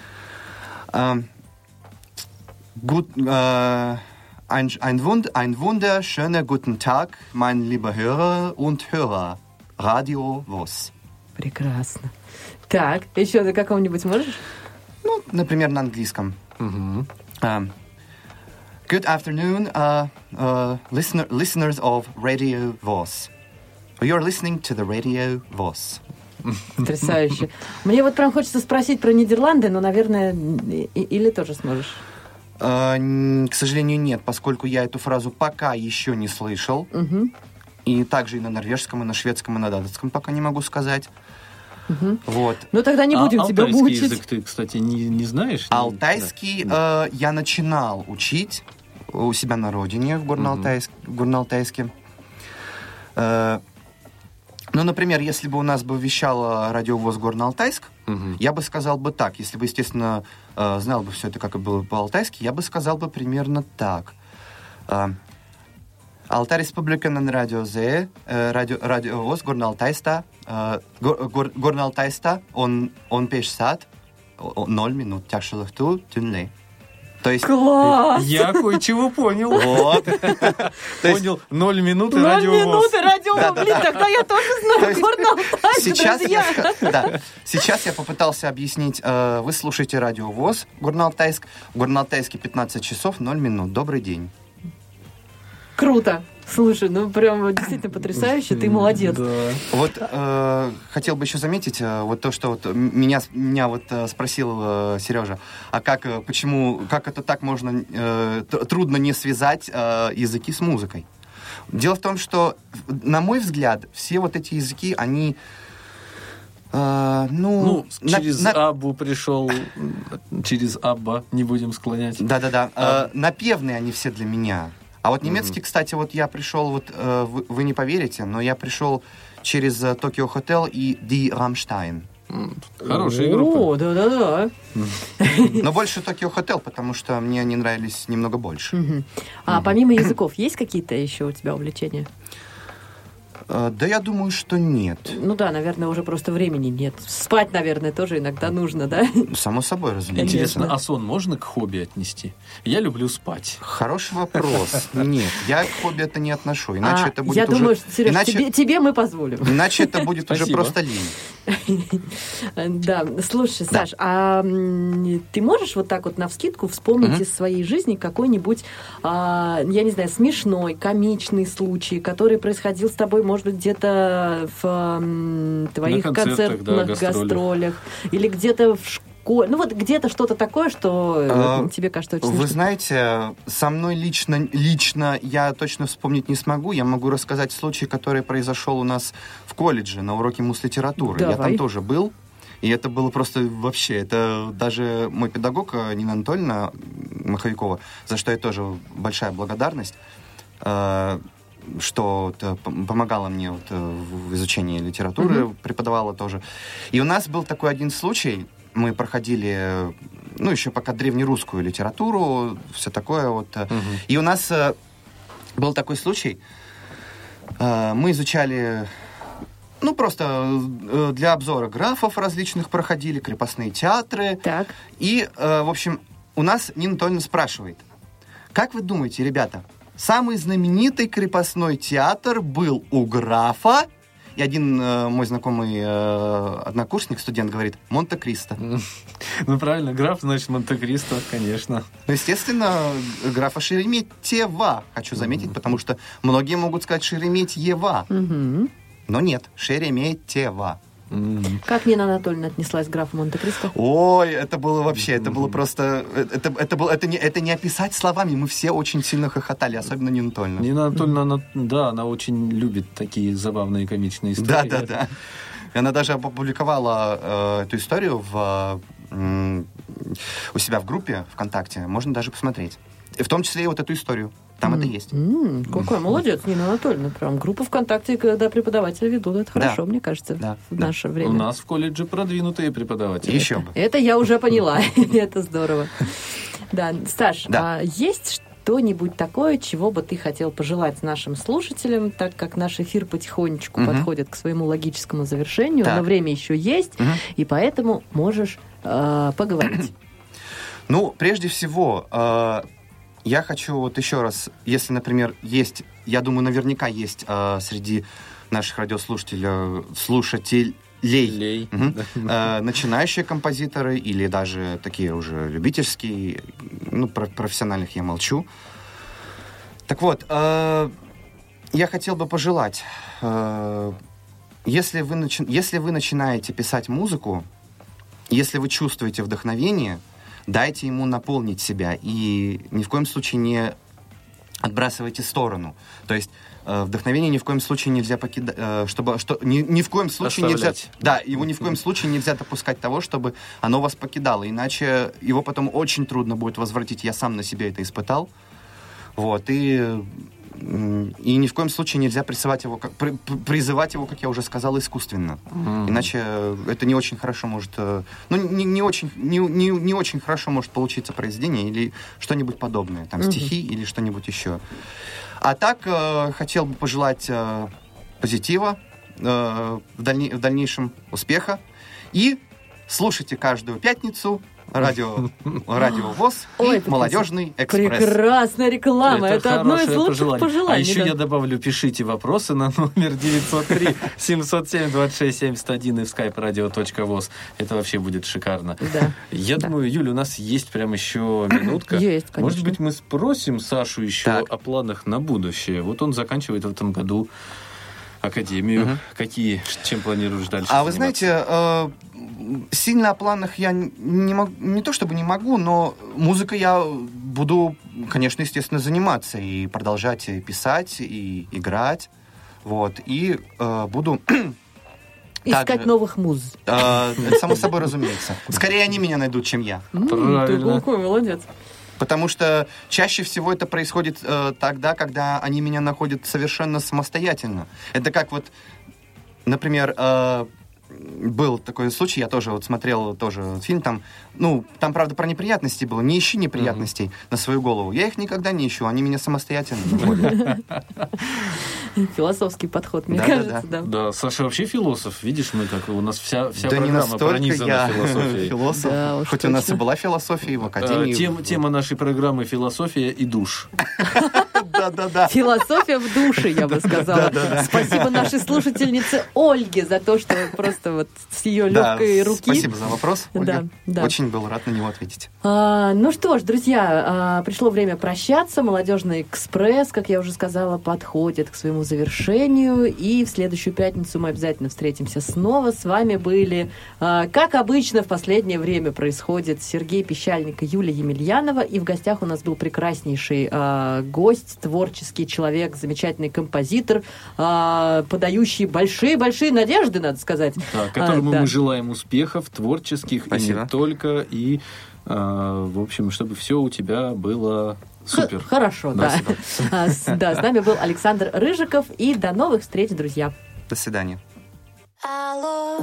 А, good, а, Ein, ein, Wund, ein wunderschöner guten Tag, mein lieber Hörer und Hörer. Radio ВОС. Прекрасно. Так, еще на каком-нибудь можешь? Ну, например, на английском. Uh-huh. Um, good afternoon, uh, uh, listener, listeners of Radio ВОС. You're listening to the Radio ВОС. Потрясающе. Мне вот прям хочется спросить про Нидерланды, но, наверное, или тоже сможешь? Uh, к сожалению, нет, поскольку я эту фразу пока еще не слышал. Угу. И также и на норвежском, и на шведском, и на датском пока не могу сказать. Угу. Вот. Ну, тогда не будем а тебя мучить. Алтайский язык ты, кстати, не, не знаешь? Алтайский да. э, я начинал учить у себя на родине, в Горно-Алтайске. Угу. Горно-Алтайске. Э, ну, например, если бы у нас бы вещало Радио ВОС Горно-Алтайск, угу. я бы сказал бы так. Если бы, естественно, э, знал бы все это, как и было по-алтайски, я бы сказал бы примерно так. Э, Алтай Республиканен Радио Зе, Радио Радио ВОС Горно-Алтайста, Горно-Алтайста, он он пешсад, ноль минут тяжелых ту тюнлей. То есть... Класс! Я кое-чего понял. Вот. Понял. Ноль минут и Радио ВОС. Ноль минут и Радио ВОС. Блин, тогда я тоже знаю Горно-Алтайск, друзья. Сейчас я попытался объяснить. Вы слушаете Радио ВОС Горно-Алтайск. В Горно-Алтайске пятнадцать часов, ноль минут. Добрый день. Круто. Слушай, ну прям действительно потрясающе, ты молодец. Да. Вот э, хотел бы еще заметить, э, вот то, что вот меня, меня вот э, спросил э, Сережа, а как, э, почему, как это так можно, э, трудно не связать э, языки с музыкой? Дело в том, что, на мой взгляд, все вот эти языки, они... Uh, ну, ну, через на, на... Аббу пришел, через Абба, не будем склонять. Да-да-да, а... uh, напевные они все для меня. А вот немецкий, mm-hmm. кстати, вот я пришел, вот uh, вы, вы не поверите, но я пришел через Tokyo Hotel и Die Rammstein. Хорошая группа. О, да-да-да. Но больше Tokyo Hotel, потому что мне они нравились немного больше. Mm-hmm. А mm-hmm. помимо языков, есть какие-то еще у тебя увлечения? Да, я думаю, что нет. Ну да, наверное, уже просто времени нет. Спать, наверное, тоже иногда нужно, да? Само собой, разумеется. Интересно, а сон можно к хобби отнести? Я люблю спать. Хороший вопрос. Нет, я к хобби это не отношу. Иначе а, это будет я уже... Я думаю, Сереж, иначе... тебе, тебе мы позволим. Иначе это будет уже просто лень. Да, слушай, Саш, а ты можешь вот так вот навскидку вспомнить из своей жизни какой-нибудь, я не знаю, смешной, комичный случай, который происходил с тобой, может быть, где-то в твоих на концертных да, гастролях. гастролях или где-то в школе, ну вот где-то что-то такое, что а, тебе кажется очень смешно. Вы знаете, со мной лично, лично я точно вспомнить не смогу. Я могу рассказать случай, который произошел у нас в колледже на уроке мус-литературы. Давай. Я там тоже был. И это было просто вообще, это даже мой педагог Нина Анатольевна Маховикова, за что я тоже большая благодарность, что помогала мне вот в изучении литературы, mm-hmm. преподавала тоже. И у нас был такой один случай, мы проходили, ну, еще пока древнерусскую литературу, все такое вот. Mm-hmm. И у нас был такой случай, мы изучали, ну, просто для обзора графов различных проходили, крепостные театры. Так. И, в общем, у нас Нина Анатольевна спрашивает, как вы думаете, ребята, самый знаменитый крепостной театр был у графа и один э, мой знакомый э, однокурсник, студент, говорит «Монте-Кристо». Ну, правильно, граф, значит, Монте-Кристо, конечно. Ну, естественно, графа Шереметьева, хочу заметить, mm-hmm. потому что многие могут сказать Шереметьева. Mm-hmm. Но нет, Шереметьева. Mm-hmm. Как Нина Анатольевна отнеслась к графу Монте-Кристо? Ой, это было вообще, это было просто... Это, это, было, это, не, это не описать словами, мы все очень сильно хохотали, особенно Нина Анатольевна. Нина Анатольевна, она, да, она очень любит такие забавные комичные истории. Да, да, да. И она даже опубликовала э, эту историю в, э, у себя в группе ВКонтакте. Можно даже посмотреть. И в том числе и вот эту историю. Там mm. это есть. Mm, какой молодец, Нина Анатольевна. Прям группа ВКонтакте, когда преподаватели ведут. Это хорошо, да. мне кажется, да. в да. наше время. У нас в колледже продвинутые преподаватели. Еще бы. Это я уже поняла. Это здорово. Да, Саш, а есть что-нибудь такое, чего бы ты хотел пожелать нашим слушателям, так как наш эфир потихонечку uh-huh. подходит к своему логическому завершению, так. но время еще есть, uh-huh. и поэтому можешь э, поговорить. Ну, прежде всего, э, я хочу вот еще раз, если, например, есть, я думаю, наверняка есть э, среди наших радиослушателей слушателей Лей. Угу. э, начинающие композиторы или даже такие уже любительские, ну, про профессиональных я молчу. Так вот, э, я хотел бы пожелать, э, если вы, начи если вы начинаете писать музыку, если вы чувствуете вдохновение, дайте ему наполнить себя и ни в коем случае не отбрасывайте в сторону. То есть вдохновение ни в коем случае нельзя покидать, чтобы что ни, ни в коем случае Оставлять. нельзя, да, его ни в коем случае нельзя допускать того, чтобы оно вас покидало, иначе его потом очень трудно будет возвратить. Я сам на себе это испытал, вот и и ни в коем случае нельзя призывать его, как, при, призывать его, как я уже сказал, искусственно, mm-hmm. иначе это не очень хорошо может, ну не, не очень не, не, не очень хорошо может получиться произведение или что-нибудь подобное, там mm-hmm. стихи или что-нибудь еще. А так, э, хотел бы пожелать э, позитива, э, в, дальне- в дальнейшем успеха. И слушайте каждую пятницу радио, радио ВОС Ой, и «Молодежный экспресс». Прекрасная реклама. Это, это одно из лучших пожелание. пожеланий. А еще да. я добавлю, пишите вопросы на номер девятьсот три семьсот семь двадцать шесть семьдесят один и в skype radio точка voz. Это вообще будет шикарно. Да. Я да. думаю, Юля, у нас есть прям еще минутка. Есть, конечно. Может быть, мы спросим Сашу еще так. о планах на будущее. Вот он заканчивает в этом году академию. Угу. Какие, чем планируешь дальше А заниматься? вы знаете, э, сильно о планах я не могу, не то чтобы не могу, но музыкой я буду, конечно, естественно, заниматься и продолжать писать, и играть, вот, и э, буду... Искать также, новых муз. Э, само собой, разумеется. Скорее они меня найдут, чем я. Правильно. Ты какой молодец. Потому что чаще всего это происходит э, тогда, когда они меня находят совершенно самостоятельно. Это как вот, например, э, был такой случай, я тоже вот смотрел тоже фильм, там, ну, там, правда, про неприятности было. Не ищи неприятностей mm-hmm. на свою голову. Я их никогда не ищу, они меня самостоятельно находят. Философский подход, мне да, кажется, да, да. Да, Саша вообще философ. Видишь, мы как у нас вся, вся да программа пронизана я философией. Философ. Да, уж хоть точно. у нас и была философия в академии. А, тем, тема нашей программы «Философия и душ». Да-да-да. Философия в душе, я бы сказала. Спасибо нашей слушательнице Ольге за то, что просто вот с ее легкой руки. Спасибо за вопрос, Ольга. Да, да. Очень был рад на него ответить. А, ну что ж, друзья, а, пришло время прощаться. «Молодежный экспресс», как я уже сказала, подходит к своему завершению. И в следующую пятницу мы обязательно встретимся снова. С вами были, а, как обычно в последнее время происходит, Сергей Пищальник и Юлия Емельянова. И в гостях у нас был прекраснейший а, гость, творческий человек, замечательный композитор, а, подающий большие-большие надежды, надо сказать. Да, которому а, да. мы желаем успехов творческих. Спасибо. И не только. И, а, в общем, чтобы все у тебя было супер. Х- хорошо, да. Да. А, с, да. С нами был Александр Рыжиков. И до новых встреч, друзья. До свидания. Алло,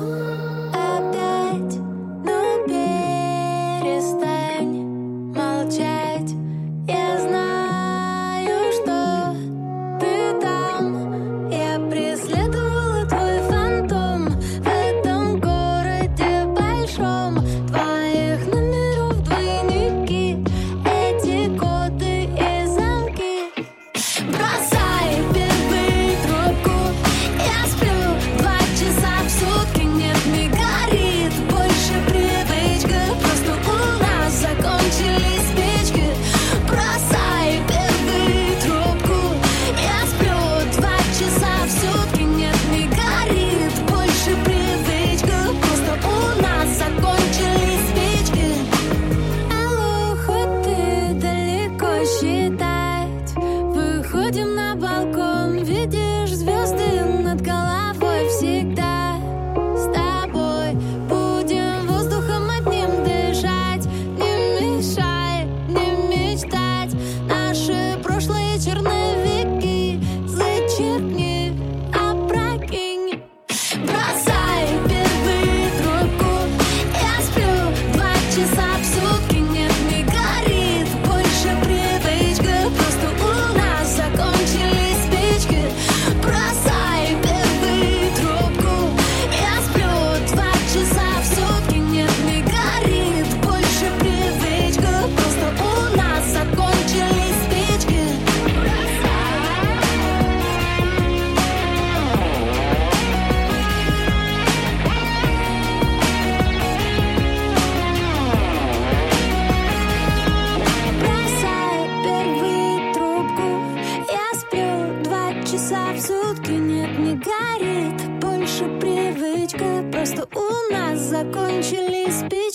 опять, ну перестань молчать. Я знаю, что ты там. Я преследовала твой фантом в этом городе большом. Твоих номеров двойники, эти коды и замки. Бросай первую трубку, я сплю. часа в сутки нет, не горит. Больше привычка, просто у нас закончились письма.